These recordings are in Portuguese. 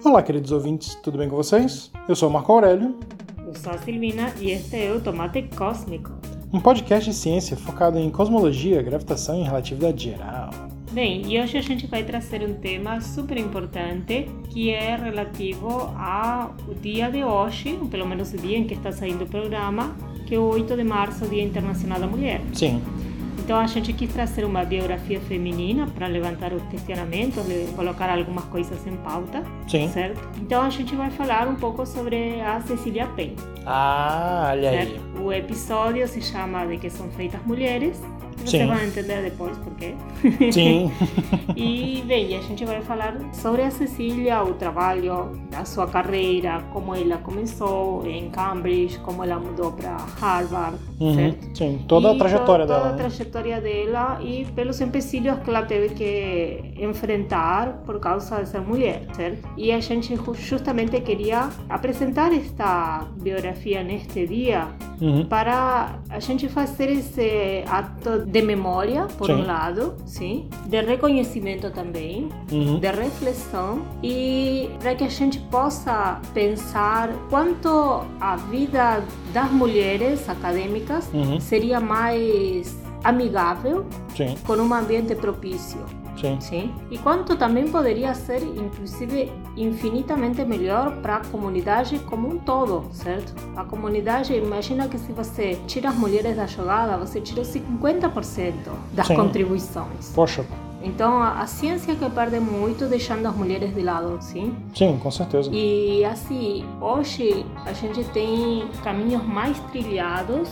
Olá, queridos ouvintes, tudo bem com vocês? Eu sou o Marco Aurélio. Eu sou a Silvina e este é o Tomate Cósmico. Um podcast de ciência focado em cosmologia, gravitação e relatividade geral. Bem, e hoje a gente vai trazer um tema super importante que é relativo ao dia de hoje, pelo menos o dia em que está saindo o programa, que é o 8 de março, Dia Internacional da Mulher. Sim. Então a gente quis trazer uma biografia feminina para levantar os questionamentos, colocar algumas coisas em pauta, Sim. certo? Então a gente vai falar um pouco sobre a Cecília Penn. Ah, olha certo? aí. O episódio se chama De que são feitas mulheres. Vocês vão entender depois por quê. Sim. E, bem, a gente vai falar sobre a Cecília, o trabalho, a sua carreira, como ela começou em Cambridge, como ela mudou para Harvard, certo? Sim, toda a trajetória dela. Toda a trajetória dela e pelos empecilhos que ela teve que enfrentar por causa de ser mulher, certo? E a gente justamente queria apresentar esta biografia neste dia para a gente fazer esse ato de memória, por um lado, sim, de reconhecimento também, de reflexão e para que a gente possa pensar quanto a vida das mulheres acadêmicas seria mais amigável, com um ambiente propício. Sim. E quanto também poderia ser, inclusive, infinitamente melhor para a comunidade como um todo, certo? A comunidade, imagina que se você tira as mulheres da jogada, você tira 50% das contribuições. Poxa. Então, a ciência que perde muito deixando as mulheres de lado, sim? Sim, com certeza. E assim, hoje a gente tem caminhos mais trilhados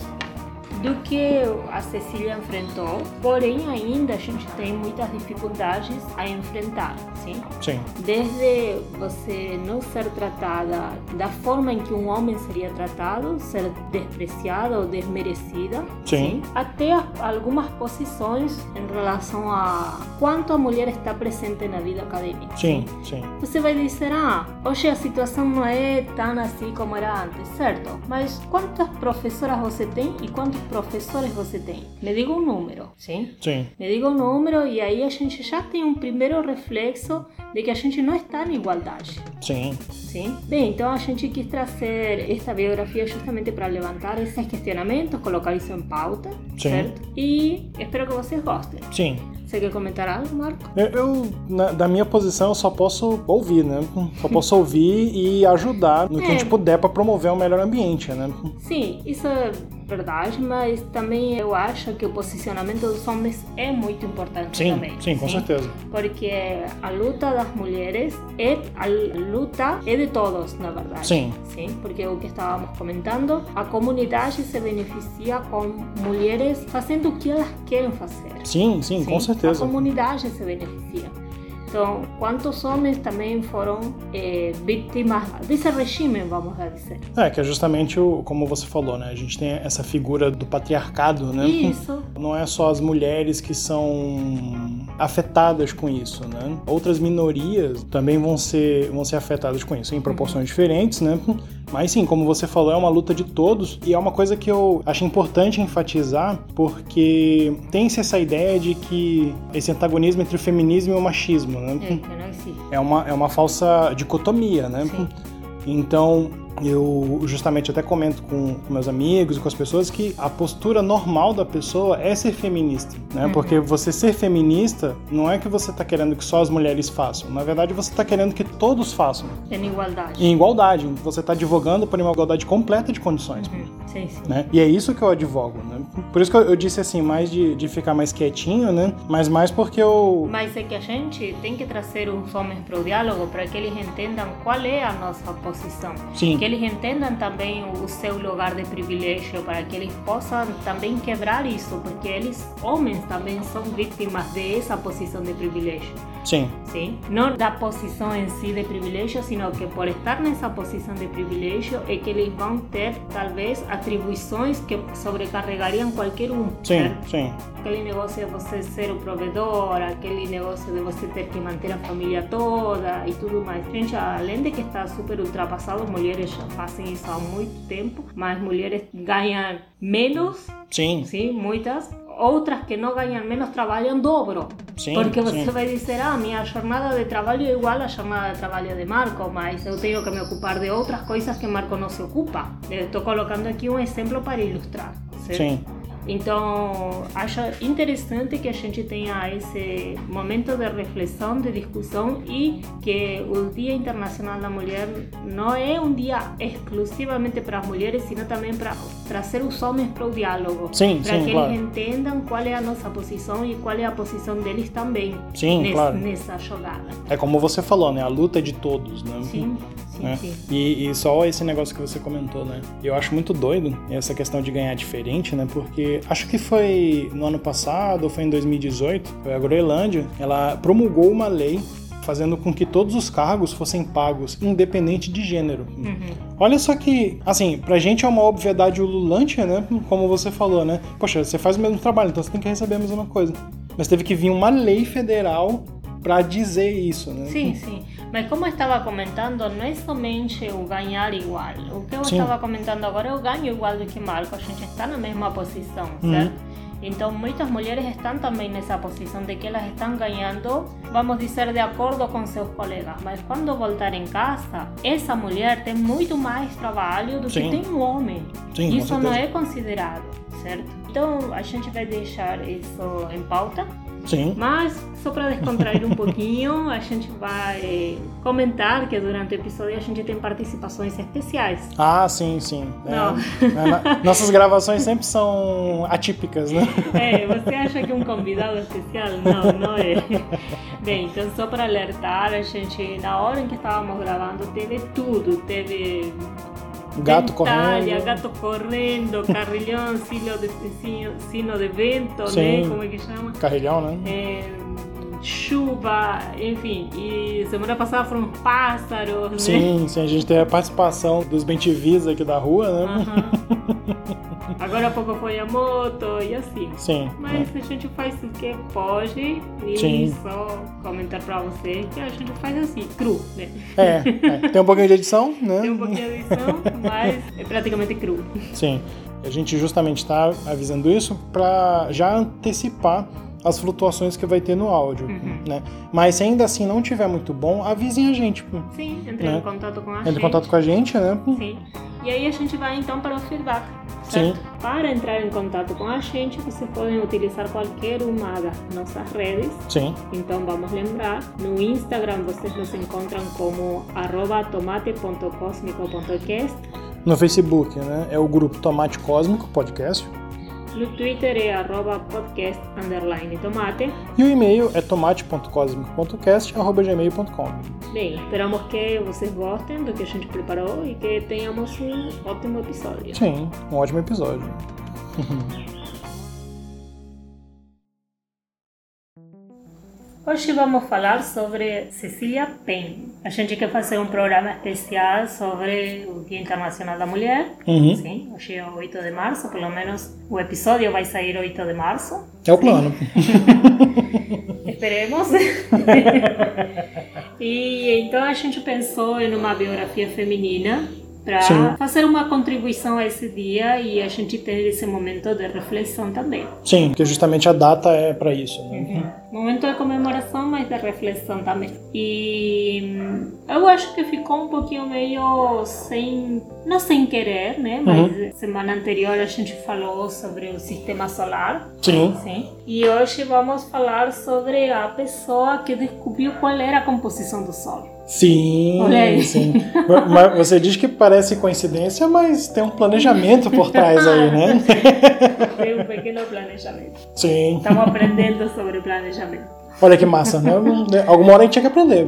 do que a Cecília enfrentou, porém ainda a gente tem muitas dificuldades a enfrentar, sim? Sim. Desde você não ser tratada da forma em que um homem seria tratado, ser despreciada ou desmerecida, sim? Até algumas posições em relação a quanto a mulher está presente na vida acadêmica. Sim, sim. Você vai dizer, hoje a situação não é tão assim como era antes, certo? Mas quantas professoras você tem e quantos professores você tem? Me diga um número, sim? Sim. Me diga um número e aí a gente já tem um primeiro reflexo de que a gente não está em igualdade. Sim. Sim? Bem, então a gente quis trazer esta biografia justamente para levantar esses questionamentos, colocar isso em pauta, certo? E espero que vocês gostem. Sim. Você quer comentar algo, Marco? Da minha posição, eu só posso ouvir, né? Só posso ouvir e ajudar no que a gente puder para promover um melhor ambiente, né? Sim, isso é verdade, mas também eu acho que o posicionamento dos homens é muito importante também. Sim, com certeza. Porque a luta das mulheres a luta é de todos, na verdade. Sim. Sim, porque o que estávamos comentando, a comunidade se beneficia com mulheres fazendo o que elas querem fazer. Sim, com certeza. A comunidade se beneficia. Então, quantos homens também foram vítimas desse regime, vamos dizer. Que é justamente como você falou, né? A gente tem essa figura do patriarcado, né? Isso. Não é só as mulheres que são afetadas com isso, né? Outras minorias também vão ser afetadas com isso, em proporções diferentes, né? Mas sim, como você falou, é uma luta de todos e é uma coisa que eu acho importante enfatizar porque tem-se essa ideia de que esse antagonismo entre o feminismo e o machismo, né? Que não existe. É uma falsa dicotomia, né? Sim. Então, eu justamente até comento com meus amigos e com as pessoas que a postura normal da pessoa é ser feminista, né? Porque você ser feminista não é que você está querendo que só as mulheres façam. Na verdade, você está querendo que todos façam. Em igualdade. Em igualdade. Você está advogando por uma igualdade completa de condições. Sim. Né? E é isso que eu advogo, né? Por isso que eu disse assim, mais de ficar mais quietinho, né? Mas mais porque eu... Mas é que a gente tem que trazer os homens para o diálogo para que eles entendam qual é a nossa posição. Sim. Que eles entendam também o seu lugar de privilégio, para que eles possam também quebrar isso, porque eles, homens, também são vítimas dessa posição de privilégio. Sim. Não da posição em si de privilégio, sino que por estar nessa posição de privilégio é que eles vão ter, talvez, atribuições que sobrecarregariam qualquer um. Sim. Aquele negócio de você ser o provedor, aquele negócio de você ter que manter a família toda e tudo mais. Gente, além de que está super ultrapassado, mulheres já fazem isso há muito tempo, mas mulheres ganham menos, Sim, muitas. Outras que não ganham menos trabalham dobro. Sim, porque você sim. vai dizer, minha jornada de trabalho é igual à jornada de trabalho de Marco, mas eu tenho que me ocupar de outras coisas que Marco não se ocupa. Estou colocando aqui um exemplo para ilustrar, certo? Sim. Então, acho interessante que a gente tenha esse momento de reflexão, de discussão e que o Dia Internacional da Mulher não é um dia exclusivamente para as mulheres, sino também para trazer os homens para o diálogo. Sim, para sim, que claro. eles entendam qual é a nossa posição e qual é a posição deles também claro. nessa jogada. É como você falou, né? A luta é de todos, né? Sim, sim, né? sim. E só esse negócio que você comentou, né? Eu acho muito doido essa questão de ganhar diferente, né? Porque acho que foi no ano passado, ou foi em 2018, a Groenlândia, ela promulgou uma lei fazendo com que todos os cargos fossem pagos, independente de gênero. Olha só que, assim, pra gente é uma obviedade ululante, né? Como você falou, né? Poxa, você faz o mesmo trabalho, então você tem que receber a mesma coisa. Mas teve que vir uma lei federal para dizer isso, né? Sim, sim. Mas como eu estava comentando, não é somente o ganhar igual. O que eu estava comentando agora é o ganho igual do que Marco. A gente está na mesma posição, certo? Então, muitas mulheres estão também nessa posição de que elas estão ganhando, vamos dizer, de acordo com seus colegas. Mas quando voltar em casa, essa mulher tem muito mais trabalho do que tem um homem. Sim, isso não é considerado, certo? Então, a gente vai deixar isso em pauta. Sim. Mas, só para descontrair um pouquinho, a gente vai comentar que durante o episódio a gente tem participações especiais. Ah, sim, sim. Não. Nossas gravações sempre são atípicas, né? Você acha que é um convidado especial? Não, não é. Bem, então só para alertar, a gente, na hora em que estávamos gravando, teve tudo. Teve gato correndo, carrilhão, sino de vento, sim, né? Como é que chama? Carrilhão, né? Chuva, enfim. E semana passada foram pássaros, sim, né? Sim, a gente teve a participação dos bem-te-vis aqui da rua, né? Agora há pouco foi a moto e assim. Sim. Mas a gente faz o que pode e só comentar pra vocês que a gente faz assim, cru, né? Tem um pouquinho de edição, né? Tem um pouquinho de edição, mas é praticamente cru. Sim. A gente justamente está avisando isso para já antecipar as flutuações que vai ter no áudio, né? Mas se ainda assim não tiver muito bom, avisem a gente. Sim, entre em contato com a gente. Entre em contato com a gente, né? Sim. E aí a gente vai então para o feedback, Sim. certo? Para entrar em contato com a gente, vocês podem utilizar qualquer uma das nossas redes. Sim. Então vamos lembrar, no Instagram vocês nos encontram como @tomate.cosmico.cast. No Facebook, né? É o grupo Tomate Cósmico Podcast. No Twitter é @podcast_tomate. E o e-mail é tomate.cosmico.cast@gmail.com. Bem, esperamos que vocês gostem do que a gente preparou e que tenhamos um ótimo episódio. Sim, um ótimo episódio. Hoje vamos falar sobre Cecília Payne. A gente quer fazer um programa especial sobre o Dia Internacional da Mulher. Sim, hoje é 8 de março, pelo menos o episódio vai sair 8 de março. É o plano. Esperemos. E então a gente pensou em uma biografia feminina para fazer uma contribuição a esse dia e a gente ter esse momento de reflexão também. Sim, porque justamente a data é para isso, né? Momento de comemoração, mas de reflexão também. E eu acho que ficou um pouquinho meio não sem querer, né? Mas semana anterior a gente falou sobre o sistema solar. Sim. E hoje vamos falar sobre a pessoa que descobriu qual era a composição do Sol. Sim, olha aí. Sim. Mas você diz que parece coincidência, mas tem um planejamento por trás aí, né? Tem um pequeno planejamento. Sim. Estamos aprendendo sobre planejamento. Olha que massa, né? Alguma hora a gente tinha que aprender.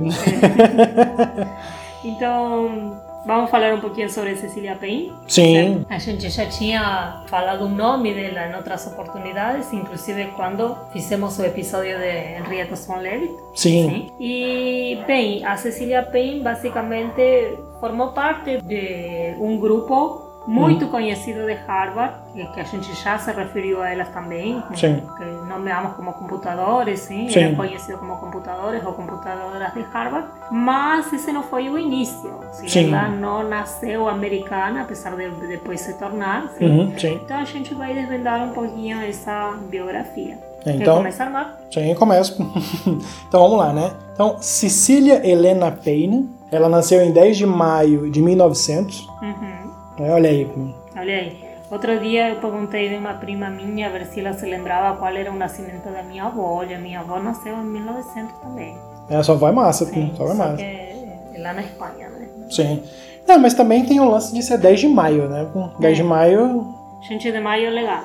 Então, vamos falar um pouquinho sobre Cecília Payne. Sim. A gente já tinha falado o nome dela em outras oportunidades, inclusive quando fizemos o episódio de Henrietta Swan Leavitt. Sim. E, bem, a Cecília Payne basicamente formou parte de um grupo muito conhecido de Harvard, que a gente já se referiu a elas também, que nomeamos como computadores, eram conhecidos como computadores ou computadoras de Harvard, mas esse não foi o início, ela não nasceu americana, apesar de depois se tornar, então a gente vai desvendar um pouquinho essa biografia. Então, começar, Marco? Sim, começo. Então vamos lá, né? Então, Cecília Helena Payne, ela nasceu em 10 de maio de 1900. Olha aí. Olha aí. Outro dia eu perguntei de uma prima minha, a ver se ela se lembrava qual era o nascimento da minha avó. E a minha avó nasceu em 1900 também. Só vai massa, Sim, só vai massa. Que é lá na Espanha, né? Sim. Não, mas também tem o lance de ser 10 de maio, né? 10 de maio... Gente de maio legal.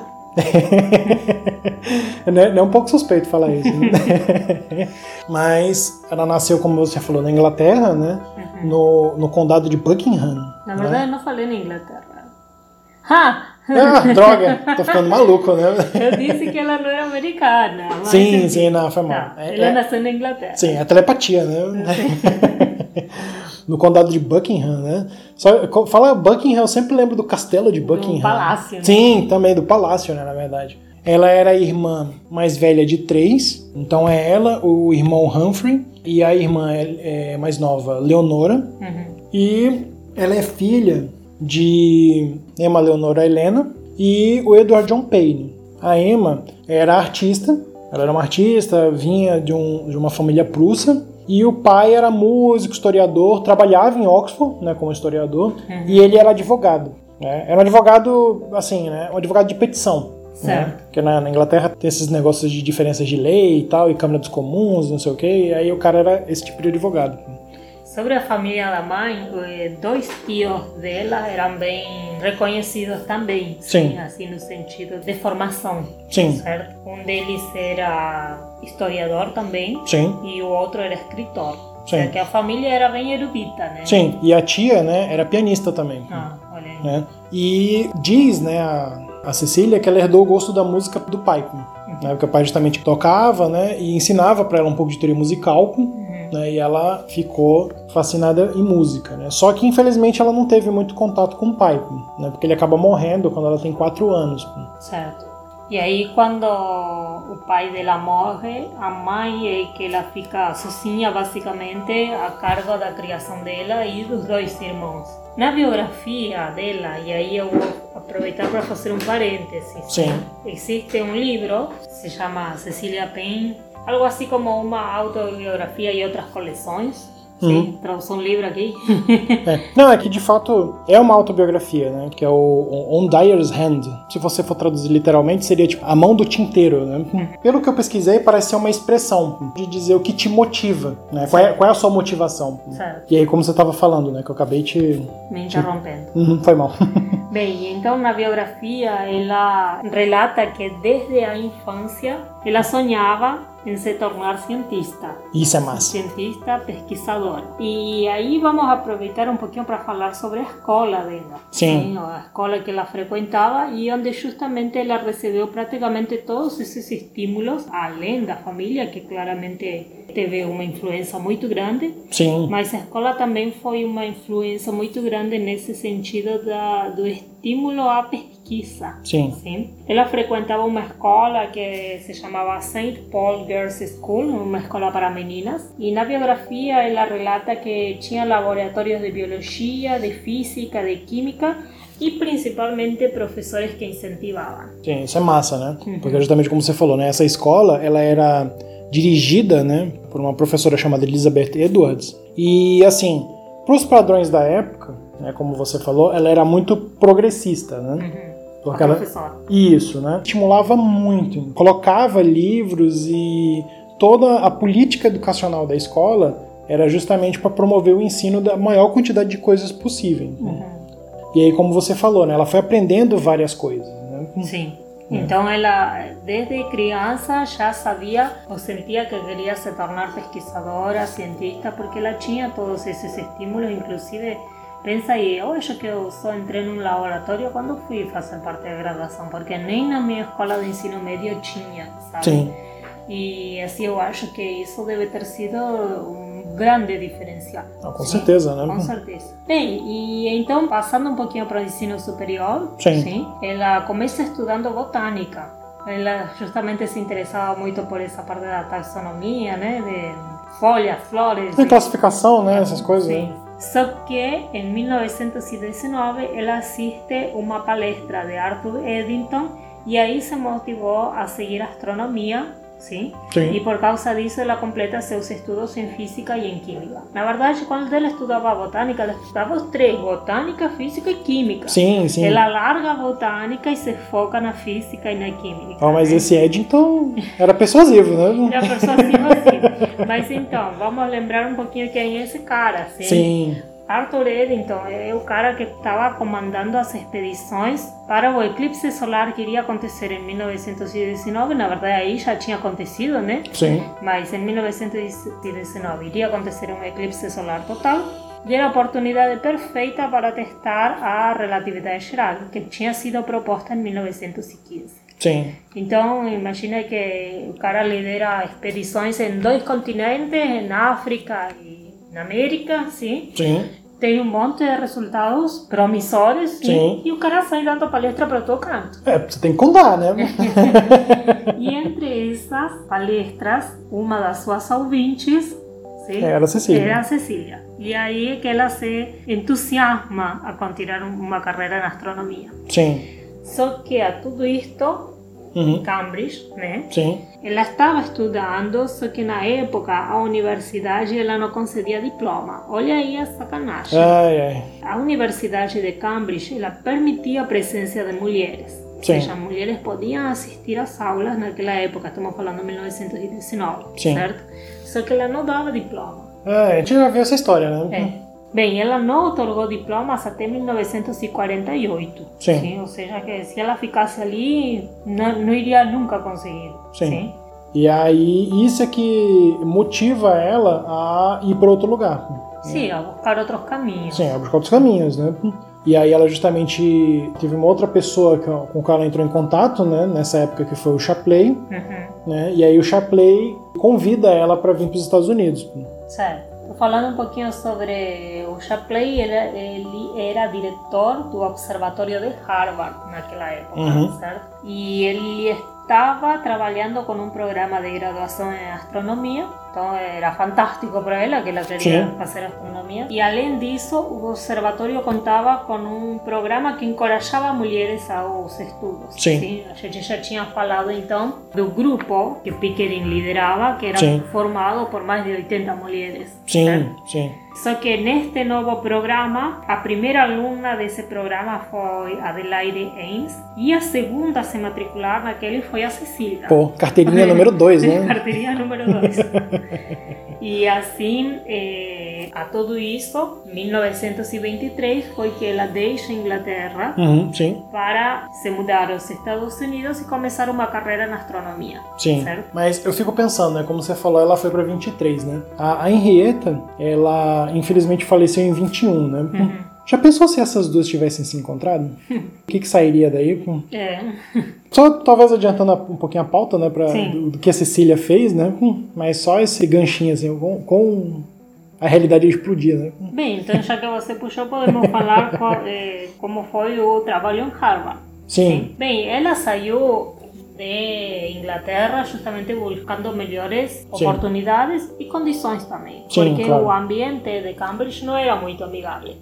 Não é um pouco suspeito falar isso, né? Mas ela nasceu, como você falou, na Inglaterra, né? No condado de Buckingham. Na verdade, eu não falei na Inglaterra. Droga, tô ficando maluco, né? Eu disse que ela não é americana. Mas sim, não, foi mal. Ela nasceu na Inglaterra. Sim, é telepatia, né? No condado de Buckingham, né? Só fala Buckingham, eu sempre lembro do castelo de Buckingham. Do palácio, né? Sim, também do palácio, né, na verdade. Ela era a irmã mais velha de 3, então é ela, o irmão Humphrey e a irmã mais nova, Leonora. E ela é filha de Emma Leonora Helena e o Edward John Payne. A Emma era artista, ela era uma artista, vinha de uma família prussa. E o pai era músico, historiador, trabalhava em Oxford, né, como historiador, e ele era advogado. Né? Era um advogado, assim, né, um advogado de petição. Certo. Né? Porque na Inglaterra tem esses negócios de diferenças de lei e tal, e Câmara dos Comuns, não sei o quê, e aí o cara era esse tipo de advogado. Sobre a família da mãe, 2 tios dela eram bem reconhecidos também. Sim. Assim, no sentido de formação. Sim. Certo? Um deles era historiador também. Sim. E o outro era escritor. Sim. Ou seja, que a família era bem erudita, né? Sim, e a tia, né, era pianista também. Olha aí. Né? E diz, né, a Cecília que ela herdou o gosto da música do pai. Né, porque o pai justamente tocava, né, e ensinava para ela um pouco de teoria musical. Né, e ela ficou fascinada em música, né? Só que infelizmente ela não teve muito contato com o pai, né? Porque ele acaba morrendo quando ela tem 4 anos. Certo. E aí quando o pai dela morre, a mãe é que ela fica sozinha basicamente a cargo da criação dela e dos 2 irmãos. Na biografia dela, e aí eu vou aproveitar para fazer um parênteses. Sim. Existe um livro, se chama Cecília Payne, algo assim como uma autobiografia e outras coleções. Sim, tradução livre aqui. Não, é que de fato é uma autobiografia, né? Que é o On Dyer's Hand. Se você for traduzir literalmente, seria tipo a mão do tinteiro, né? Pelo que eu pesquisei, parece ser uma expressão de dizer o que te motiva, né? Qual é a sua motivação? Certo. E aí, como você estava falando, né? Que eu acabei me interrompendo. Foi mal. Bem, então na biografia ela relata que desde a infância ela sonhava em se tornar cientista. Isso é massa. Cientista, pesquisadora. E aí vamos aproveitar um pouquinho para falar sobre a escola dela. Sim. A escola que ela frequentava e onde justamente ela recebeu praticamente todos esses estímulos, além da família, que claramente teve uma influência muito grande. Sim. Mas a escola também foi uma influência muito grande nesse sentido do estímulo à pesquisa. Sim. Sim. Ela frequentava uma escola que se chamava St. Paul Girls' School, uma escola para meninas. E na biografia ela relata que tinha laboratórios de biologia, de física, de química e principalmente professores que incentivavam. Sim, isso é massa, né? Porque justamente como você falou, né? Essa escola, ela era dirigida, né, por uma professora chamada Elizabeth Edwards. E, assim, para os padrões da época, né, como você falou, ela era muito progressista, né? Porque ela... Isso, né? Estimulava muito. Colocava livros e toda a política educacional da escola era justamente para promover o ensino da maior quantidade de coisas possível. E aí, como você falou, né, ela foi aprendendo várias coisas, né? Sim. Então ela, desde criança, já sabia ou sentia que queria se tornar pesquisadora, cientista, porque ela tinha todos esses estímulos, inclusive, pensa aí, eu acho que eu só entrei num laboratório quando fui fazer parte da graduação, porque nem na minha escola de ensino médio tinha, sabe? Sim. E assim, eu acho que isso deve ter sido um grande diferencial. Com certeza, né? Com certeza. Bem, e então, passando um pouquinho para o ensino superior, sim, ela começa estudando botânica. Ela justamente se interessava muito por essa parte da taxonomia, né? De folhas, flores. De classificação, né? Essas coisas. Sim. Só que em 1919 ela assiste uma palestra de Arthur Eddington E aí se motivou a seguir astronomia, sim? Sim. E por causa disso ela completa seus estudos em física e em química. Na verdade, quando ela estudava botânica, ela estudava os três: botânica, física e química. Sim, sim. Ela larga a botânica e se foca na física e na química. Mas esse Ed, então, era persuasivo, né? Era persuasivo, sim. Mas então, vamos lembrar um pouquinho quem é esse cara, sim? Sim. Arthur Eddington é o cara que estava comandando as expedições para o eclipse solar que iria acontecer em 1919. Na verdade, aí já tinha acontecido, né? Sim. Mas em 1919 iria acontecer um eclipse solar total. E era a oportunidade perfeita para testar a relatividade geral, que tinha sido proposta em 1915. Sim. Então, imagina que o cara lidera expedições em 2 continentes, na África e na América, sim? Sim. Tem um monte de resultados promissores, Sim. E o cara sai dando palestra para todo canto. Você tem que contar, né? E entre essas palestras, uma das suas ouvintes, sim, era a Cecília. Era a Cecília. E aí é que ela se entusiasma a continuar uma carreira na astronomia. Sim. Só que a tudo isto, Cambridge, né? Sim. Ela estava estudando, só que na época a universidade ela não concedia diploma. Olha aí a sacanagem. A Universidade de Cambridge ela permitia a presença de mulheres. Sim. Ou seja, mulheres podiam assistir às aulas naquela época, estamos falando de 1919, Sim. certo? Só que ela não dava diploma. A gente já viu essa história, né? É. Bem, ela não otorgou diplomas até 1948. Sim. Ou seja, que se ela ficasse ali, não iria nunca conseguir. Sim. E aí, isso é que motiva ela a ir para outro lugar. Sim, a buscar outros caminhos. Sim, a buscar outros caminhos, né? E aí ela justamente teve uma outra pessoa com quem ela entrou em contato, né? Nessa época, que foi o Shapley. Né? E aí o Shapley convida ela para vir para os Estados Unidos. Certo. Falando um pouquinho sobre o Shapley, ele era diretor do Observatório de Harvard naquela época, certo? E ele estava trabalhando com um programa de graduação em astronomia, então era fantástico para ela, que ela queria fazer astronomia. E além disso, o observatório contava com um programa que encorajava mulheres aos estudos. Sim. A gente já tinha falado então do grupo que Pickering liderava, que era formado por mais de 80 mulheres. Sim, certo? sim. Só que neste novo programa, a primeira aluna desse programa foi Adelaide Ames e a segunda a se matricular naquele foi a Cecília. Pô, carteirinha número 2, né? Carteirinha número 2. E assim, a tudo isso, em 1923 foi que ela deixa a Inglaterra para se mudar aos Estados Unidos e começar uma carreira na astronomia. Sim, certo? Mas eu fico pensando, né? Como você falou, ela foi para 23, né? A Henrietta, ela infelizmente faleceu em 21, né? Já pensou se essas duas tivessem se encontrado? O que sairia daí? Só talvez adiantando um pouquinho a pauta, né? Do que a Cecília fez, né? Mas só esse ganchinho, assim, com a realidade explodir, né? Bem, então já que você puxou, podemos falar como foi o trabalho em Harvard. Sim. Bem, ela saiu de Inglaterra justamente buscando melhores oportunidades e condições também. Porque o ambiente de Cambridge não era muito amigável.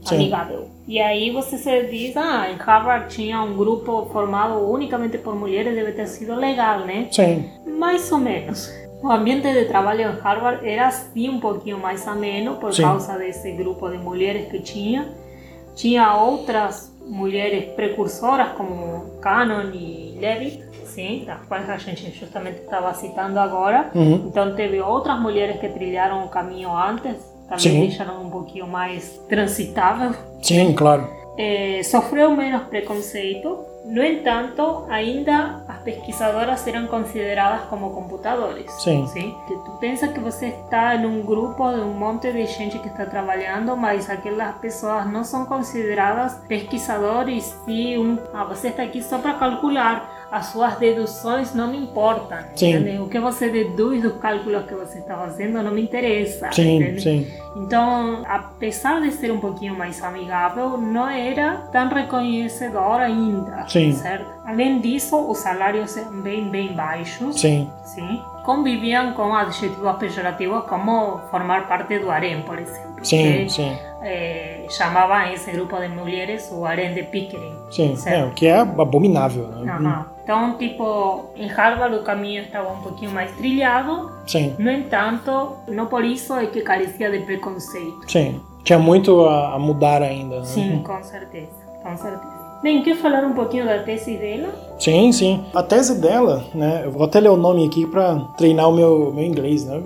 E aí você se diz, em Harvard tinha um grupo formado unicamente por mulheres, deve ter sido legal, né? Sim. Mais ou menos. O ambiente de trabalho em Harvard era sim um pouquinho mais ameno por causa desse grupo de mulheres que tinha. Tinha outras mulheres precursoras como Cannon e Leavitt, sim, das quais a gente justamente estava citando agora. Então teve outras mulheres que trilharam o caminho antes, também deixaram um pouquinho mais transitável. Sim, claro. Sofreu menos preconceito. No entanto, ainda as pesquisadoras eram consideradas como computadores. Sim. Tu pensa que você está em um grupo de um monte de gente que está trabalhando, mas aquelas pessoas não são consideradas pesquisadores e você está aqui só para calcular. As suas deduções não me importam. Entende? O que você deduz dos cálculos que você está fazendo não me interessa. Sim. Então, apesar de ser um pouquinho mais amigável, não era tão reconhecedor ainda. Certo? Além disso, os salários eram bem baixos. Sim. Conviviam com adjetivos pejorativos como formar parte do harém, por exemplo. Chamavam esse grupo de mulheres o harém de Pickering. Sim, o que é abominável, né? Então, tipo, em Harvard o caminho estava um pouquinho mais trilhado. Sim. No entanto, não por isso é que carecia de preconceito. Sim. Tinha muito a mudar ainda, né? Sim, com certeza, com certeza. Bem, quer falar um pouquinho da tese dela? Sim, sim. A tese dela, né? Eu vou até ler o nome aqui para treinar o meu inglês, né?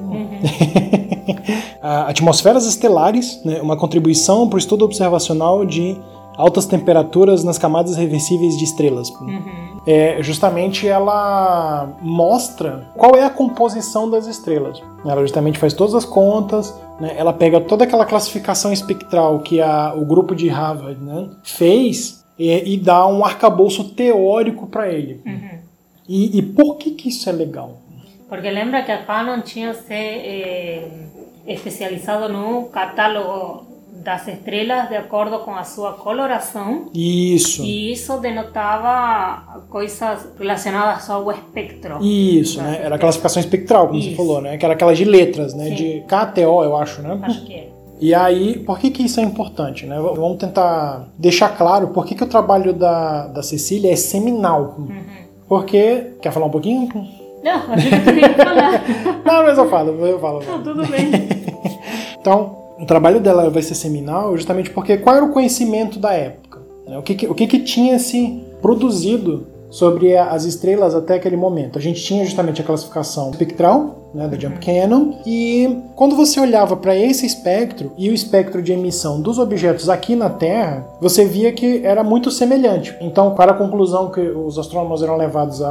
Atmosferas estelares, né? Uma contribuição para o estudo observacional de altas temperaturas nas camadas reversíveis de estrelas. Justamente ela mostra qual é a composição das estrelas. Ela justamente faz todas as contas, né? Ela pega toda aquela classificação espectral que o grupo de Harvard, né, fez e dá um arcabouço teórico para ele. E por que isso é legal? Porque lembra que a Canon tinha se especializado no catálogo das estrelas de acordo com a sua coloração. Isso. E isso denotava coisas relacionadas ao espectro. Isso, né? Era a classificação espectral, como você falou, né? Que era aquelas de letras, né? Sim. De KTO, eu acho, né? Acho que é. E aí, por que isso é importante, né? Vamos tentar deixar claro por que o trabalho da Cecília é seminal. Porque... Quer falar um pouquinho? Não, a gente queria falar. Não, mas eu falo. Não, tudo bem. Então, o trabalho dela vai ser seminal justamente porque qual era o conhecimento da época? Né? O que tinha se produzido sobre as estrelas até aquele momento? A gente tinha justamente a classificação espectral, né, da Jump Cannon, e quando você olhava para esse espectro e o espectro de emissão dos objetos aqui na Terra, você via que era muito semelhante. Então, qual era a conclusão que os astrônomos eram levados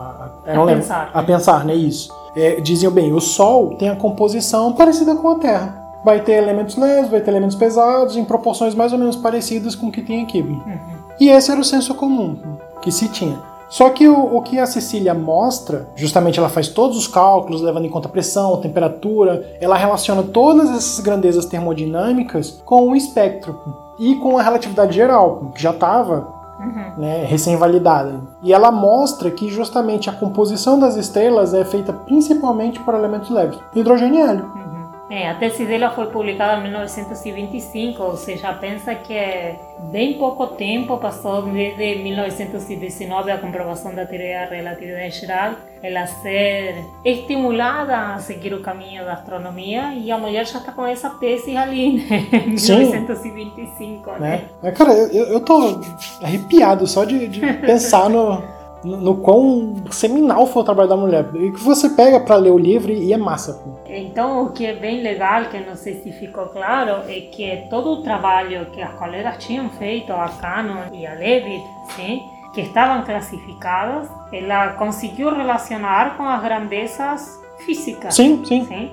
a pensar, né? Isso. Diziam, bem, o Sol tem a composição parecida com a Terra. Vai ter elementos leves, vai ter elementos pesados, em proporções mais ou menos parecidas com o que tem aqui. E esse era o senso comum que se tinha. Só que o que a Cecília mostra, justamente ela faz todos os cálculos, levando em conta a pressão, a temperatura, ela relaciona todas essas grandezas termodinâmicas com o espectro e com a relatividade geral, que já estava recém-validada. E ela mostra que justamente a composição das estrelas é feita principalmente por elementos leves, hidrogênio e hélio. A tese dela foi publicada em 1925, ou seja, pensa que bem pouco tempo passou desde 1919 a comprovação da teoria da relatividade geral, ela ser estimulada a seguir o caminho da astronomia, e a mulher já está com essa tese ali, né? Em 1925, né? Cara, eu tô arrepiado só de pensar no quão seminal foi o trabalho da mulher. E que você pega para ler o livro e é massa. Então, o que é bem legal, que não sei se ficou claro, é que todo o trabalho que as colegas tinham feito, a Canon e a Leavitt, sim, que estavam classificadas, ela conseguiu relacionar com as grandezas físicas. Sim.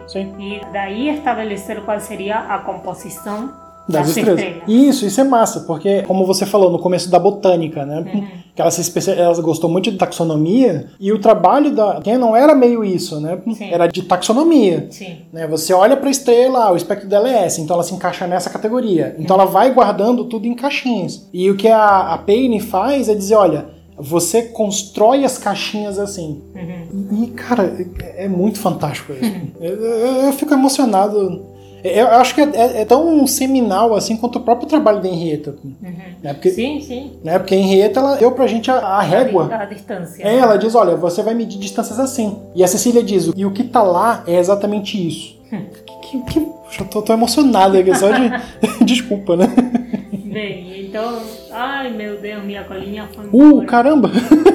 E daí estabelecer qual seria a composição das estrelas. Isso é massa, porque, como você falou no começo da botânica, né? Que ela gostou muito de taxonomia, e o trabalho da Cannon era meio isso, né? Sim. Era de taxonomia. Sim. Né? Você olha para a estrela, o espectro dela é esse, então ela se encaixa nessa categoria. Então ela vai guardando tudo em caixinhas. E o que a Payne faz é dizer, olha, você constrói as caixinhas assim. E, cara, é muito fantástico isso. Eu fico emocionado. Eu acho que é tão seminal assim quanto o próprio trabalho da Henrietta. Né? Porque, sim. Né? Porque a Henrietta, ela deu pra gente a régua. A distância. Ela diz, olha, você vai medir distâncias assim. E a Cecília diz, e o que tá lá é exatamente isso. Já tô emocionado aqui, só de... Desculpa, né? Bem, então... Ai, meu Deus, minha colinha foi... Caramba!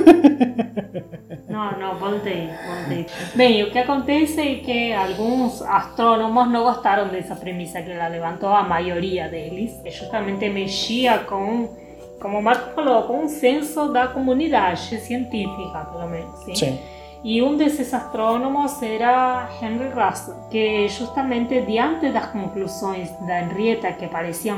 Não, voltei. Bem, o que acontece é que alguns astrônomos não gostaram dessa premissa que ela levantou, a maioria deles, que justamente mexia com, como o Marco falou, com o senso da comunidade científica, pelo menos. Sim. E um desses astrônomos era Henry Russell, que justamente diante das conclusões da Henrietta, que pareciam...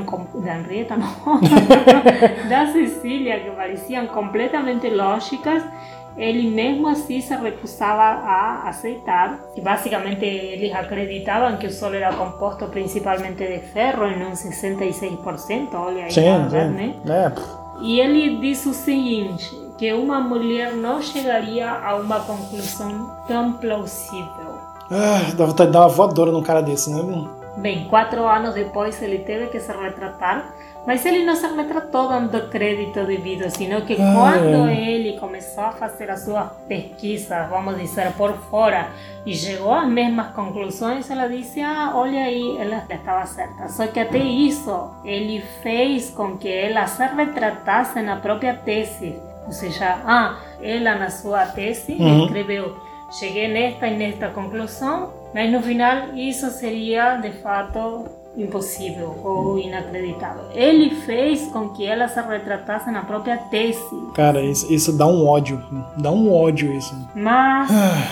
da Cecília, que pareciam completamente lógicas, ele mesmo assim se recusava a aceitar. E basicamente eles acreditavam que o Sol era composto principalmente de ferro, em um 66%, olha aí, né? E ele disse o seguinte, que uma mulher não chegaria a uma conclusão tão plausível. Dá vontade de dar uma voadora num cara desse, né? Bem, 4 anos depois ele teve que se retratar, mas ele não se retratou dando crédito devido, sino que quando ele começou a fazer as suas pesquisas, vamos dizer, por fora, e chegou às mesmas conclusões, ela disse, olha aí, ela estava certa. Só que até isso, ele fez com que ela se retratasse na própria tese. Ou seja, ela na sua tese escreveu, cheguei nesta e nesta conclusão, mas no final isso seria de fato impossível ou inacreditável. Ele fez com que ela se retratasse na própria tese. Cara, isso dá um ódio isso. Mas,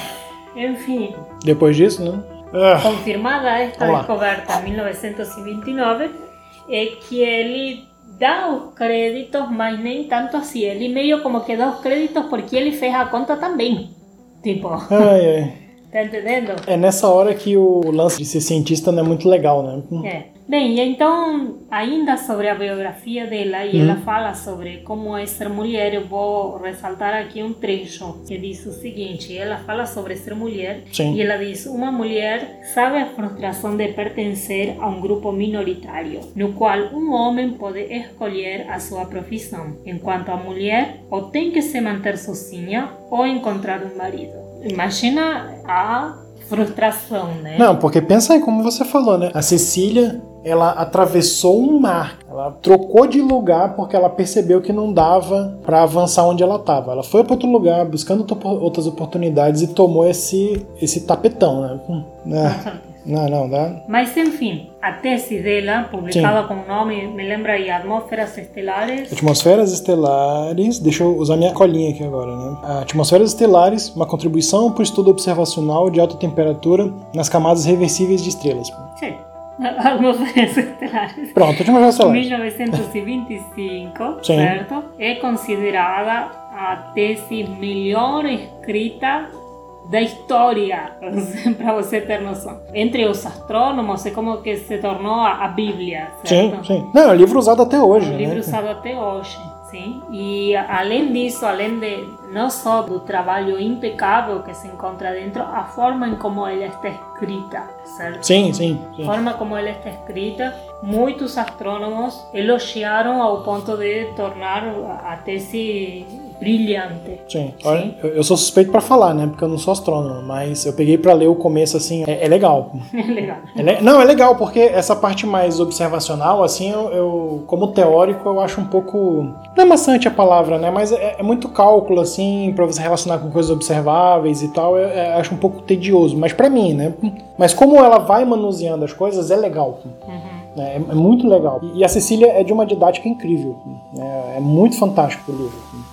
enfim. Depois disso, né? Confirmada esta descoberta em 1929, é que ele dá os créditos, mas nem tanto assim. Ele meio como que dá os créditos porque ele fez a conta também. Tipo... Tá entendendo? É nessa hora que o lance de ser cientista não é muito legal, né? Bem, então, ainda sobre a biografia dela, e ela fala sobre como é ser mulher, eu vou ressaltar aqui um trecho que diz o seguinte, ela fala sobre ser mulher, e ela diz, uma mulher sabe a frustração de pertencer a um grupo minoritário, no qual um homem pode escolher a sua profissão, enquanto a mulher ou tem que se manter sozinha ou encontrar um marido. Imagina a frustração, né? Não, porque pensa aí como você falou, né? A Cecília, ela atravessou um mar, ela trocou de lugar porque ela percebeu que não dava para avançar onde ela estava. Ela foi para outro lugar, buscando outras oportunidades e tomou esse tapetão, né? Não dá. Mas enfim, a tese dela, publicada com o nome, me lembra aí, Atmosferas Estelares. Atmosferas Estelares, deixa eu usar minha colinha aqui agora, né? Atmosferas Estelares, uma contribuição para o estudo observacional de alta temperatura nas camadas reversíveis de estrelas. Sim. Atmosferas Estelares. Pronto, Atmosferas Estelares. 1925, certo? É considerada a tese melhor escrita da história, para você ter noção. Entre os astrônomos, é como que se tornou a Bíblia, certo? Sim. Não, é um livro usado até hoje. É um livro usado até hoje, sim. E além disso, além de não só do trabalho impecável que se encontra dentro, a forma em como ela está escrita, certo? Sim. A forma como ela está escrita, muitos astrônomos elogiaram ao ponto de tornar a tese brilhante. Sim. Olha, eu sou suspeito para falar, né? Porque eu não sou astrônomo, mas eu peguei para ler o começo, assim, é legal. É legal. Não, é legal, porque essa parte mais observacional, assim, eu como teórico, eu acho um pouco... Não é maçante a palavra, né? Mas é muito cálculo, assim, para você relacionar com coisas observáveis e tal, eu acho um pouco tedioso, mas para mim, né? Mas como ela vai manuseando as coisas, é legal. É muito legal. E a Cecília é de uma didática incrível. É muito fantástico o livro.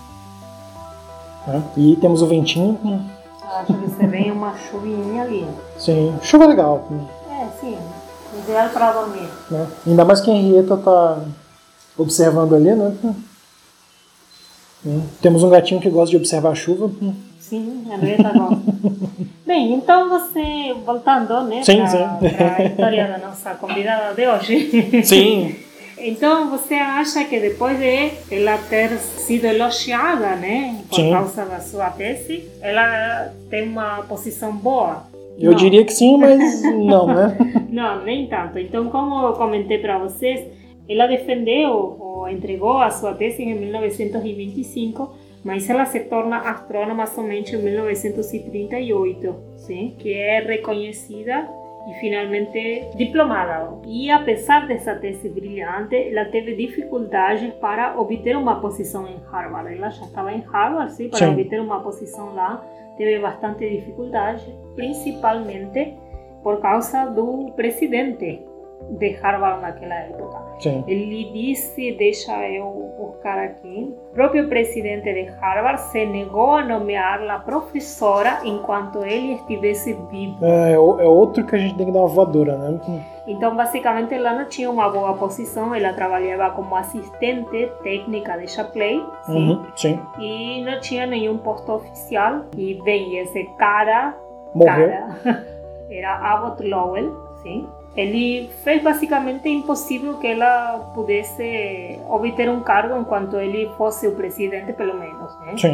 E temos o ventinho. Acho que você vem uma chuvinha ali. Sim, chuva legal. Sim. Ideal para dormir. Ainda mais que a Henrietta tá observando ali, né? Temos um gatinho que gosta de observar a chuva. Sim, a Henrietta gosta. Bem, então você, voltando, né? Sim. Para a história da nossa convidada de hoje. Sim. Então, você acha que depois de ela ter sido elogiada, né, por causa da sua tese, ela tem uma posição boa? Eu diria que sim, mas não, né? Não, nem tanto. Então, como eu comentei para vocês, ela defendeu ou entregou a sua tese em 1925, mas ela se torna astrônoma somente em 1938, sim? Que é reconhecida e finalmente diplomada. E apesar dessa tese brilhante, ela teve dificuldades para obter uma posição em Harvard. Ela já estava em Harvard, sim, para obter uma posição lá, teve bastante dificuldade, principalmente por causa do presidente de Harvard naquela época. Sim. Ele disse, deixa eu buscar aqui, o próprio presidente de Harvard se negou a nomeá-la professora enquanto ele estivesse vivo. É outro que a gente tem que dar uma voadora, né? Então, basicamente, ela não tinha uma boa posição, ela trabalhava como assistente técnica de Shapley, sim. E não tinha nenhum posto oficial. E, bem, esse cara morreu. Era Abbott Lowell, sim. Ele fez basicamente impossível que ela pudesse obter um cargo enquanto ele fosse o presidente, pelo menos, né? Sim.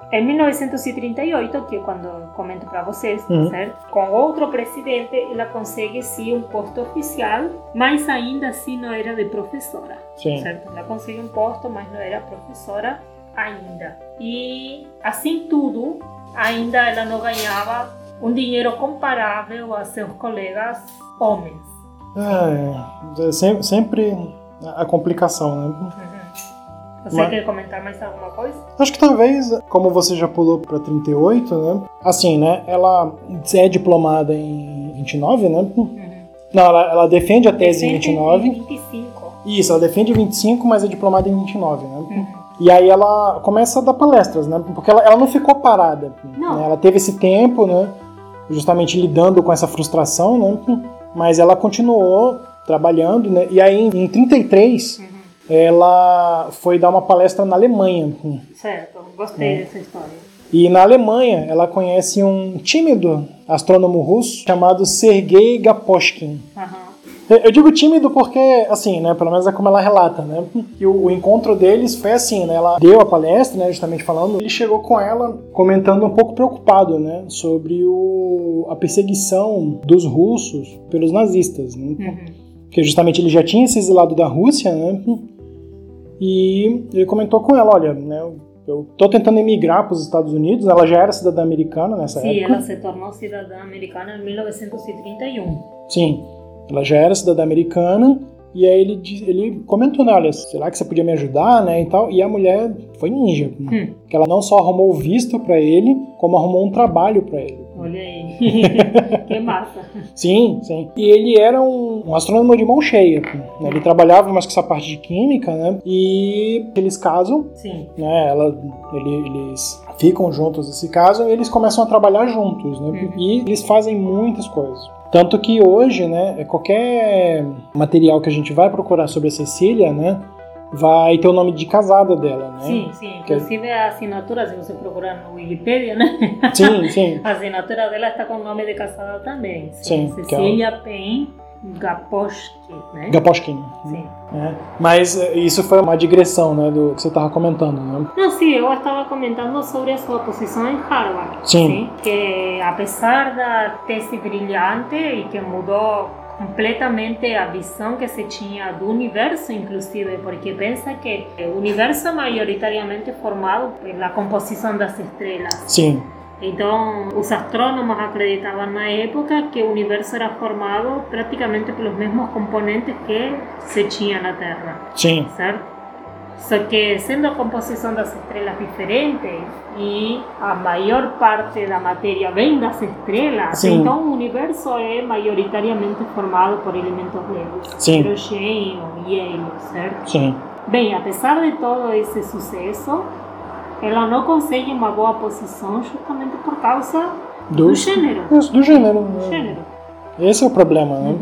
Em 1938, que é quando comento para vocês, certo? Com outro presidente, ela consegue sim um posto oficial, mas ainda assim não era de professora, certo? Ela consegue um posto, mas não era professora ainda. E assim tudo, ainda ela não ganhava um dinheiro comparável a seus colegas homens. Sempre a complicação, né? Você quer comentar mais alguma coisa? Acho que talvez, como você já pulou para 38, né? Assim, né? Ela é diplomada em 29, né? Não, ela defende a tese em 29. Em 25. Isso, ela defende em 25, mas é diplomada em 29, né? E aí ela começa a dar palestras, né? Porque ela não ficou parada. Né? Ela teve esse tempo, né? Justamente lidando com essa frustração, né? Mas ela continuou trabalhando, né? E aí em 33... ela foi dar uma palestra na Alemanha. Certo, gostei dessa história. E na Alemanha, ela conhece um tímido astrônomo russo chamado Sergei Gaposchkin. Eu digo tímido porque, assim, né, pelo menos é como ela relata, né? E o encontro deles foi assim, né? Ela deu a palestra, né, justamente falando, ele chegou com ela comentando um pouco preocupado, né, sobre a perseguição dos russos pelos nazistas, né? Porque justamente ele já tinha se exilado da Rússia, né? E ele comentou com ela, olha, né, eu tô tentando emigrar para os Estados Unidos, ela já era cidadã americana nessa época. Sim, ela se tornou cidadã americana em 1931. Sim, ela já era cidadã americana, e aí ele comentou, né, olha, será que você podia me ajudar, né, e tal, e a mulher foi ninja, que ela não só arrumou o visto para ele, como arrumou um trabalho para ele. Olha aí, que massa. Sim. E ele era um astrônomo de mão cheia. Né? Ele trabalhava mais com essa parte de química, né? E eles casam. Sim. Né? Eles ficam juntos, se casam, e eles começam a trabalhar juntos, né? E eles fazem muitas coisas. Tanto que hoje, né, qualquer material que a gente vai procurar sobre a Cecília, né, vai ter o nome de casada dela, né? Sim. Inclusive a assinatura, se você procurar no Wikipedia, né? Sim. A assinatura dela está com o nome de casada também. Sim. Cecília Pen Gaposchkin, né? Gaposchkin. Sim. Mas isso foi uma digressão, né, do que você estava comentando, né? Não, sim, eu estava comentando sobre a sua posição em Harvard. Sim. Que apesar da tese brilhante e que mudou completamente a visão que se tinha do universo, inclusive, porque pensa que o universo é maioritariamente formado pela composição das estrelas. Sim. Então, os astrônomos acreditavam na época que o universo era formado praticamente pelos mesmos componentes que se tinha na Terra. Sim. Certo? Só que, sendo a composição das estrelas diferente e a maior parte da matéria vem das estrelas, Sim. Então o universo é maioritariamente formado por elementos leves. Sim. Hidrogênio, hielo, certo? Sim. Bem, apesar de todo esse sucesso, ela não consegue uma boa posição justamente por causa do gênero. Isso, do gênero. Do gênero. Esse é o problema, né?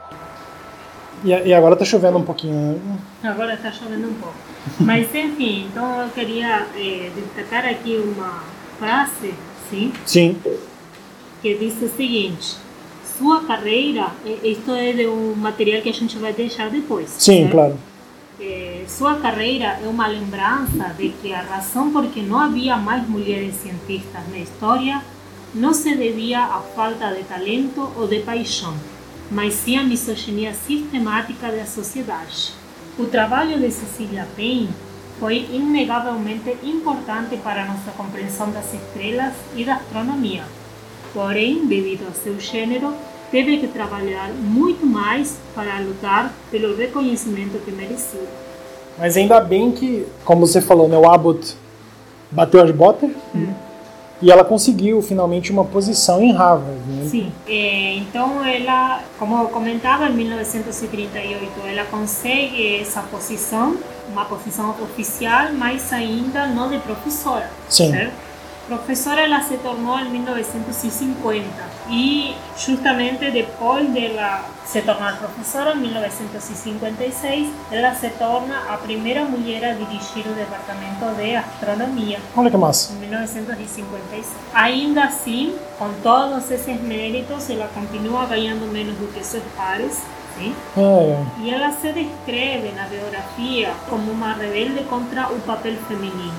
E agora tá chovendo um pouquinho, né? Agora está chovendo um pouco. Mas, enfim, então eu queria destacar aqui uma frase, Sim. que diz o seguinte: sua carreira, isto é de um material que a gente vai deixar depois. Sim, certo? claro. Sua carreira é uma lembrança de que a razão por que não havia mais mulheres cientistas na história não se devia à falta de talento ou de paixão, mas sim à misoginia sistemática da sociedade. O trabalho de Cecília Pen foi inegavelmente importante para a nossa compreensão das estrelas e da astronomia. Porém, devido ao seu gênero, teve que trabalhar muito mais para lutar pelo reconhecimento que merecia. Mas ainda bem que, como você falou, né, o Abbott bateu as botas e ela conseguiu finalmente uma posição em Harvard. Né? Sim, então ela, como eu comentava, em 1938 ela consegue essa posição, uma posição oficial, mas ainda não de professora. Sim. Certo? Professora ela se tornou em 1950 e justamente depois dela se tornar professora, em 1956, ela se torna a primeira mulher a dirigir o departamento de astronomia. Olha que massa. Em 1956. Ainda assim, com todos esses méritos, ela continua ganhando menos do que seus pares. Sim? E ela se descreve na biografia como uma rebelde contra o papel feminino.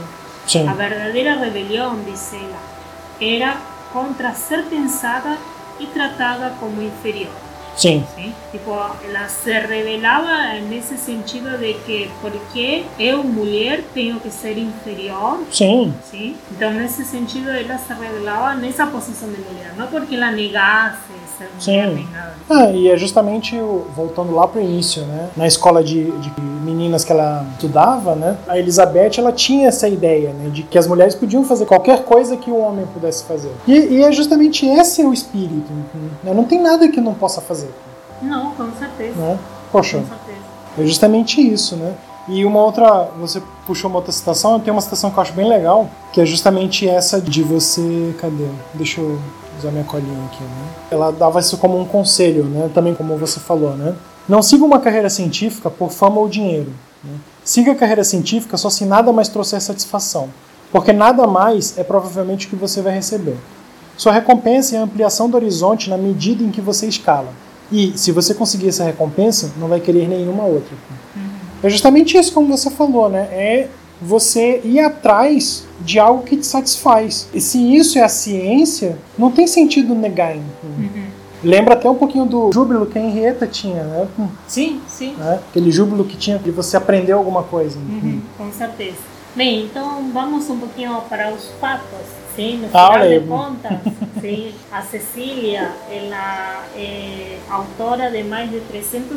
Sim. A verdadeira rebelião, diz ela, era contra ser pensada e tratada como inferior. Sim. ¿Sí? Tipo, ela se rebelava nesse sentido de que porque eu, mulher, tenho que ser inferior. Sim. ¿Sí? Então, nesse sentido, ela se rebelava nessa posição de mulher, não porque ela negasse ser mulher nem nada. E é justamente, voltando lá pro início, né? Na escola de meninas que ela estudava, né? A Elizabeth, ela tinha essa ideia, né? De que as mulheres podiam fazer qualquer coisa que o homem pudesse fazer. E é justamente esse o espírito, né? Não tem nada que não possa fazer. Não, com certeza. Né? Poxa, com certeza. É justamente isso, né? E uma outra, você puxou uma outra citação, eu tenho uma citação que eu acho bem legal, que é justamente essa de você, cadê? Deixa eu usar minha colinha aqui, né? Ela dava isso como um conselho, né? Também como você falou, né? Não siga uma carreira científica por fama ou dinheiro. Né? Siga a carreira científica só se nada mais trouxer satisfação, porque nada mais é provavelmente o que você vai receber. Sua recompensa é a ampliação do horizonte na medida em que você escala. E, se você conseguir essa recompensa, não vai querer nenhuma outra. É justamente isso, como você falou, né? É você ir atrás de algo que te satisfaz. E se isso é a ciência, não tem sentido negar. Lembra até um pouquinho do júbilo que a Henrietta tinha, né? Sim, sim. Né? Aquele júbilo que tinha de você aprender alguma coisa. Com certeza. Bem, então vamos um pouquinho para os fatos. Sim, no final de contas, sim, a Cecília, ela é autora de mais de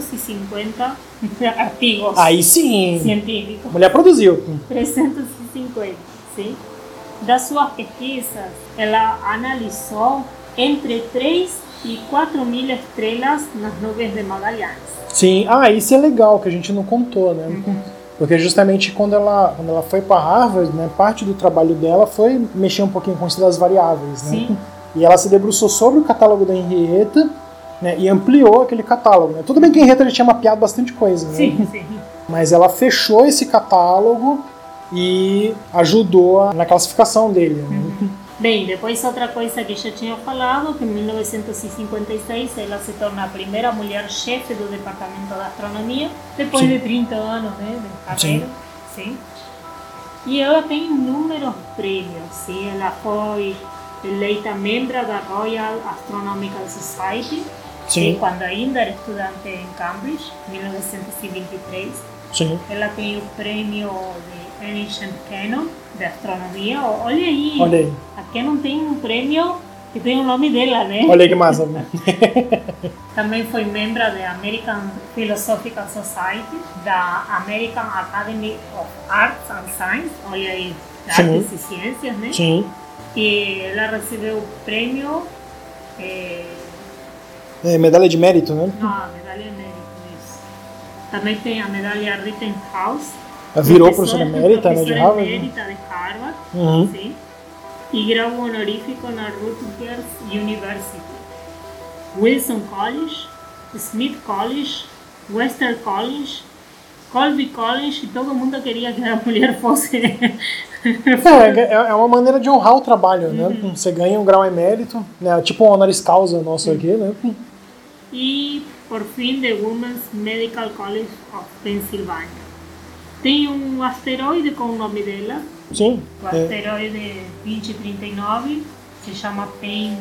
350 artigos. Aí sim! Científicos. A mulher produziu. 350, sim. Das suas pesquisas, ela analisou entre 3 e 4 mil estrelas nas nuvens de Magalhães. Sim, isso é legal, que a gente não contou, né? Porque justamente quando ela foi para Harvard, né, parte do trabalho dela foi mexer um pouquinho com isso das variáveis. Né? Sim. E ela se debruçou sobre o catálogo da Henrietta, né, e ampliou aquele catálogo. Né? Tudo bem que a Henrietta já tinha mapeado bastante coisa, né? Sim, sim. Mas ela fechou esse catálogo e ajudou na classificação dele. Né? Bem, depois outra coisa que já tinha falado, que em 1956 ela se torna a primeira mulher chefe do Departamento de Astronomia, depois de 30 anos, né, de carreira. Sim. E ela tem inúmeros prêmios. Sim. Ela foi eleita membro da Royal Astronomical Society, quando ainda era estudante em Cambridge, em 1923. Sim. Ela tem o prêmio de Ancient Canon de astronomia. Olha aí. Aqui não tem um prêmio que tem o nome dela, né? Olha aí que massa. Também foi membro da American Philosophical Society, da American Academy of Arts and Science. Olha aí, artes e ciências, né? Sim. E ela recebeu o prêmio... medalha de mérito, né? Medalha de mérito, isso. Também tem a medalha Rittenhouse. Virou professora emérita, né, de Harvard? Emérita de Harvard, sim. E grau honorífico na Rutgers University, Wilson College, Smith College, Western College, Colby College, e todo mundo queria que a mulher fosse... É uma maneira de honrar o trabalho, né? Você ganha um grau emérito, né? Tipo um honoris causa nosso aqui, né? E, por fim, the Women's Medical College of Pennsylvania. Tem um asteroide com o nome dela. Sim. O asteroide 2039 se chama Payne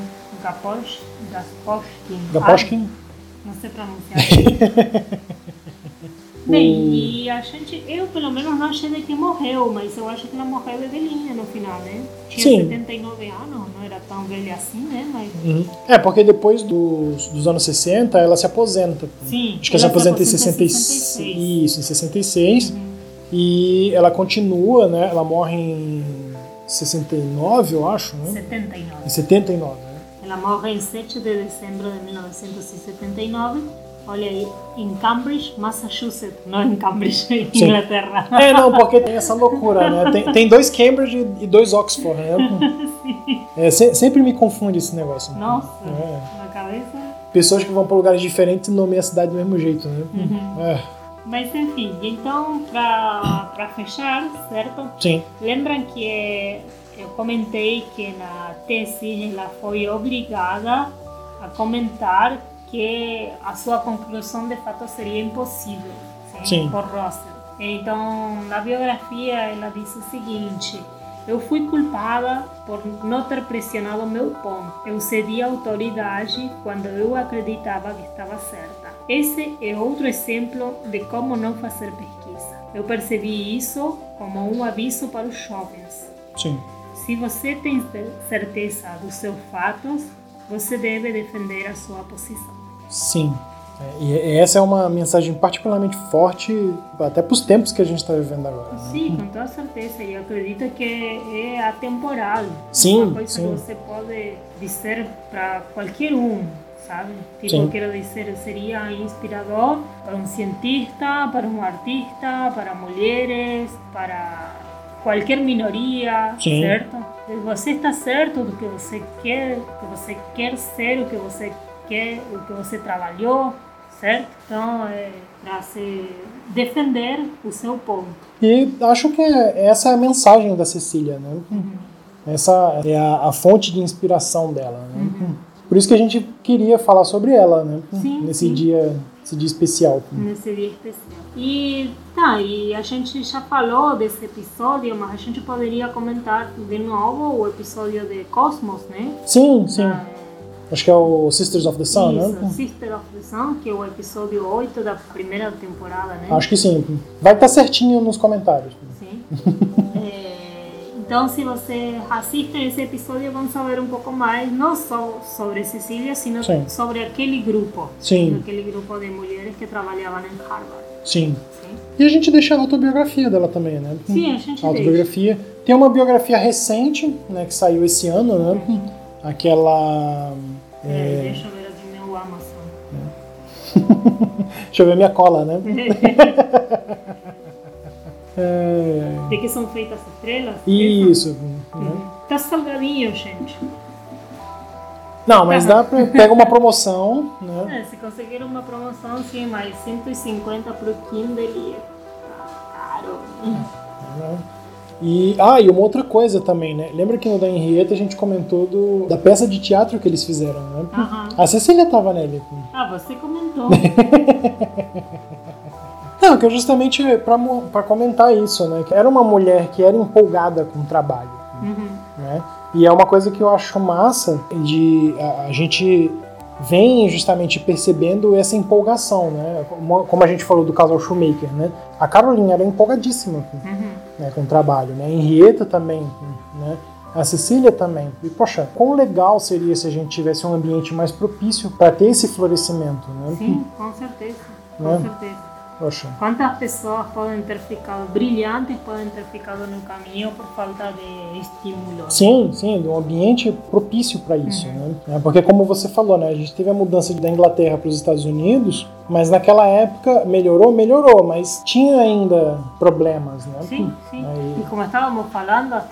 Gaposchkin. Não sei pronunciar. Bem, e eu pelo menos não achei de que morreu, mas eu acho que ela morreu de velhinha no final, né? Tinha 79 anos, não era tão velha assim, né? Mas... porque depois dos anos 60 ela se aposenta. Sim. Acho que ela se aposenta em 66. Isso, em 66. E ela continua, né? Ela morre em 69, eu acho, né? 79. Em 79, né? Ela morre em 7 de dezembro de 1979. Olha aí, em Cambridge, Massachusetts, não em Cambridge, Inglaterra. Não, porque tem essa loucura, né? Tem 2 Cambridge e 2 Oxford, né? Sempre me confunde esse negócio. Nossa, na cabeça. Pessoas que vão para lugares diferentes nomeiam a cidade do mesmo jeito, né? Mas enfim, então para fechar, certo? Sim. Lembram que eu comentei que na tese ela foi obrigada a comentar que a sua conclusão de fato seria impossível, por Russell. Então, na biografia ela diz o seguinte: Eu fui culpada por não ter pressionado meu ponto. Eu cedi à autoridade quando eu acreditava que estava certa. Esse é outro exemplo de como não fazer pesquisa. Eu percebi isso como um aviso para os jovens. Sim. Se você tem certeza dos seus fatos, você deve defender a sua posição. Sim. E essa é uma mensagem particularmente forte até para os tempos que a gente está vivendo agora. Né? Sim, com toda certeza. E eu acredito que é atemporal. Sim, uma coisa sim. que você pode dizer para qualquer um, sabe? Tipo, Sim. eu quero dizer, seria inspirador para um cientista, para um artista, para mulheres, para qualquer minoria, Sim. certo? Você está certo do que você quer ser, o que você quer, o que você trabalhou, certo? Então, para se defender o seu ponto. E acho que essa é a mensagem da Cecília, né? Essa é a fonte de inspiração dela, né? Por isso que a gente queria falar sobre ela, né? Sim, Nesse sim. dia especial. Nesse dia especial. E a gente já falou desse episódio, mas a gente poderia comentar de novo o episódio de Cosmos, né? Sim, sim. Acho que é o Sisters of the Sun, Isso, né? Sister of the Sun, que é o episódio 8 da primeira temporada, né? Acho que sim. Vai estar certinho nos comentários. Sim. Então, se você assiste esse episódio, vão saber um pouco mais, não só sobre Cecília, sino Sim. sobre aquele grupo. Sim. Aquele grupo de mulheres que trabalhavam em Harvard. Sim. Sim. E a gente deixa a autobiografia dela também, né? Sim, a gente autobiografia. Tem uma biografia recente, né, que saiu esse ano, né? Aquela... Deixa eu ver aqui meu Amazon. Deixa eu ver minha cola, né? De que são feitas estrelas? Isso. Né? Tá salgadinho, gente. Não, mas pega uma promoção, né? Se conseguir uma promoção, sim, mais 150 pro Kindle. Caro. E uma outra coisa também, né? Lembra que no da Henrietta a gente comentou da peça de teatro que eles fizeram, né? A Cecília tava nele. Você comentou. Não, que é justamente para comentar isso, né? Que era uma mulher que era empolgada com o trabalho, né? E é uma coisa que eu acho massa de a gente vem justamente percebendo essa empolgação, né? Como a gente falou do casal Shoemaker, né? A Caroline era empolgadíssima né, com o trabalho, né? A Henrietta também, né? A Cecília também. E, poxa, quão legal seria se a gente tivesse um ambiente mais propício para ter esse florescimento, né? Sim, com certeza. Com certeza. Poxa. Quantas pessoas podem ter ficado brilhantes, podem ter ficado no caminho por falta de estímulo? Sim, de um ambiente propício para isso, né? Porque como você falou, né, a gente teve a mudança da Inglaterra para os Estados Unidos, mas naquela época melhorou, mas tinha ainda problemas, né? Sim. E como estávamos falando, hasta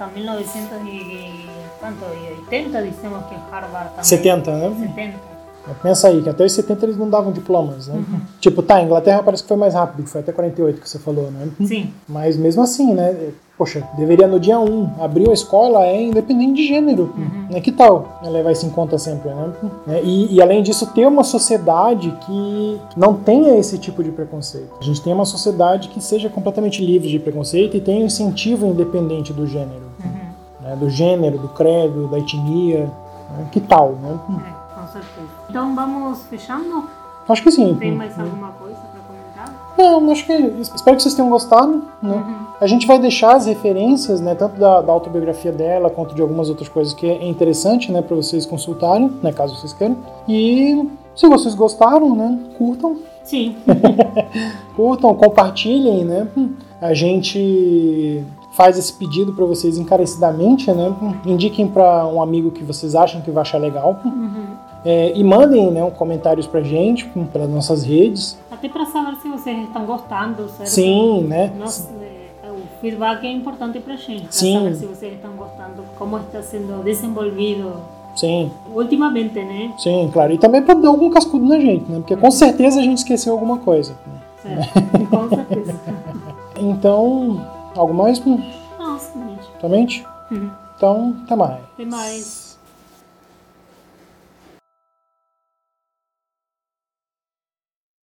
1980 dizemos que Harvard também... 70, né? 70. Pensa aí, que até os 70 eles não davam diplomas, né? Tipo, a Inglaterra parece que foi mais rápido, que foi até 48 que você falou, né? Sim. Mas mesmo assim, né? Poxa, deveria no dia 1 abrir a escola independente de gênero, né? Que tal levar isso em conta sempre, né? E além disso, ter uma sociedade que não tenha esse tipo de preconceito. A gente tem uma sociedade que seja completamente livre de preconceito e tenha um incentivo independente do gênero. Né? Do gênero, do credo, da etnia. Né? Que tal, né? Com certeza. Então vamos fechando? Acho que sim. Tem mais alguma coisa para comentar? Não, acho que... Espero que vocês tenham gostado, né? A gente vai deixar as referências, né? Tanto da autobiografia dela, quanto de algumas outras coisas que é interessante, né? Para vocês consultarem, né? Caso vocês queiram. E se vocês gostaram, né? Curtam. Sim. Curtam, compartilhem, né? A gente faz esse pedido para vocês encarecidamente, né? Indiquem para um amigo que vocês acham que vai achar legal. E mandem, né, comentários pra gente, pelas nossas redes. Até para saber se vocês estão gostando, certo? Sim, né? O feedback é importante pra gente, para saber se vocês estão gostando, como está sendo desenvolvido. Sim. Ultimamente, né? Sim, claro. E também para dar algum cascudo na gente, né? Porque com certeza a gente esqueceu alguma coisa. Certo, com certeza. Então, algo mais? Não, somente. Somente? Então, até mais. Até mais.